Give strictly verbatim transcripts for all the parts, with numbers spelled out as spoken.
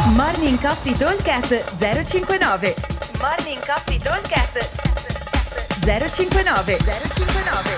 Morning Coffee Talkcast zero cinquantanove. Morning Coffee Talkcast zero cinquantanove. zero cinquantanove.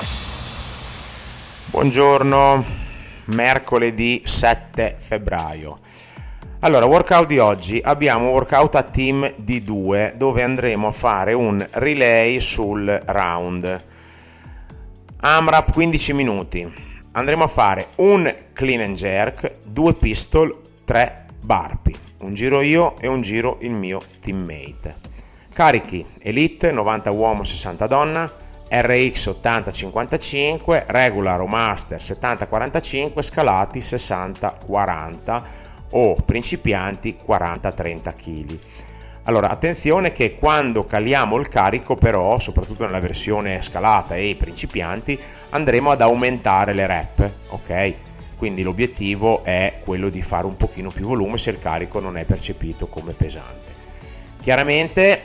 Buongiorno, mercoledì sette febbraio. Allora, workout di oggi, abbiamo un workout a team di due dove andremo a fare un relay sul round. AMRAP quindici minuti. Andremo a fare un clean and jerk, due pistol, tre burpee. Un giro io e un giro il mio teammate. Carichi Elite novanta uomo sessanta donna, R X ottanta cinquantacinque, regular o master settanta quarantacinque, scalati sessanta quaranta o principianti quaranta trenta chili. Allora, attenzione che quando caliamo il carico, però, soprattutto nella versione scalata e i principianti, andremo ad aumentare le rep, ok? Quindi l'obiettivo è quello di fare un pochino più volume se il carico non è percepito come pesante. Chiaramente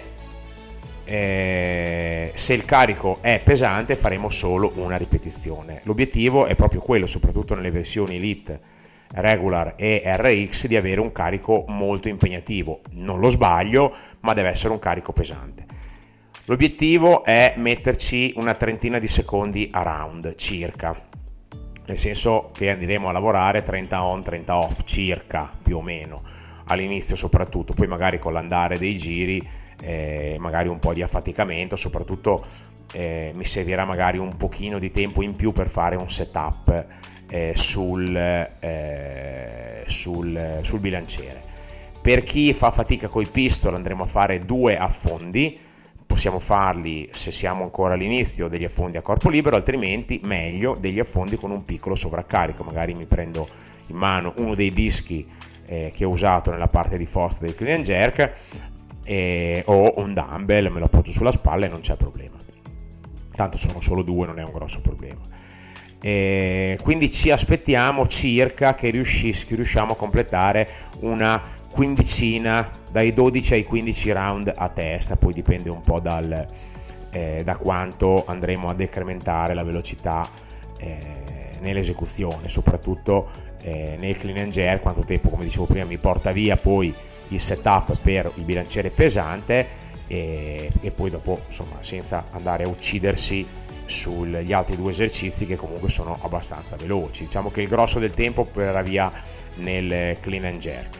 eh, se il carico è pesante faremo solo una ripetizione. L'obiettivo è proprio quello, soprattutto nelle versioni Elite, Regular e R X, di avere un carico molto impegnativo. Non lo sbaglio, ma deve essere un carico pesante. L'obiettivo è metterci una trentina di secondi a round circa, nel senso che andremo a lavorare trenta on trenta off circa, più o meno all'inizio, soprattutto poi magari con l'andare dei giri eh, magari un po' di affaticamento, soprattutto eh, mi servirà magari un pochino di tempo in più per fare un setup eh, sul, eh, sul, sul bilanciere. Per chi fa fatica coi pistol andremo a fare due affondi. Possiamo farli, se siamo ancora all'inizio, degli affondi a corpo libero, altrimenti meglio degli affondi con un piccolo sovraccarico. Magari mi prendo in mano uno dei dischi eh, che ho usato nella parte di forza del clean and jerk eh, o un dumbbell, me lo appoggio sulla spalla e non c'è problema. Tanto sono solo due, non è un grosso problema. E quindi ci aspettiamo circa che, riuscis- che riusciamo a completare una quindicina, dai dodici ai quindici round a testa, poi dipende un po' dal, eh, da quanto andremo a decrementare la velocità eh, nell'esecuzione, soprattutto eh, nel clean and jerk, quanto tempo, come dicevo prima, mi porta via poi il setup per il bilanciere pesante e, e poi dopo, insomma, senza andare a uccidersi sugli altri due esercizi che comunque sono abbastanza veloci. Diciamo che il grosso del tempo verrà via nel clean and jerk,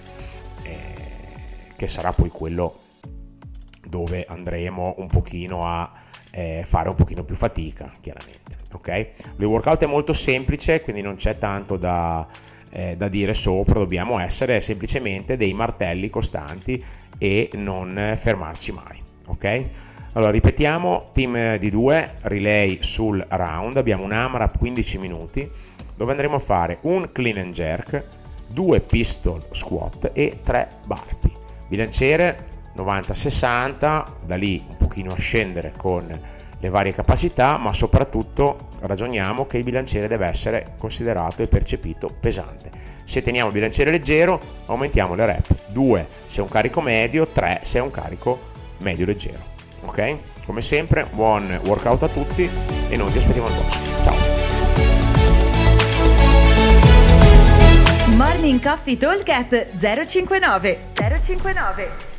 che sarà poi quello dove andremo un pochino a eh, fare un pochino più fatica, chiaramente, ok? Il workout è molto semplice, quindi non c'è tanto da, eh, da dire sopra, dobbiamo essere semplicemente dei martelli costanti e non fermarci mai, ok? Allora, ripetiamo, team di due, relay sul round, abbiamo un AMRAP quindici minuti, dove andremo a fare un clean and jerk, due pistol squat e tre burpee. Bilanciere novanta sessanta, da lì un pochino a scendere con le varie capacità, ma soprattutto ragioniamo che il bilanciere deve essere considerato e percepito pesante. Se teniamo il bilanciere leggero aumentiamo le rep, due se è un carico medio, tre se è un carico medio leggero, ok? Come sempre buon workout a tutti e noi ti aspettiamo al box. Ciao! Morning Coffee Talkcast zero cinquantanove. zero cinquantanove.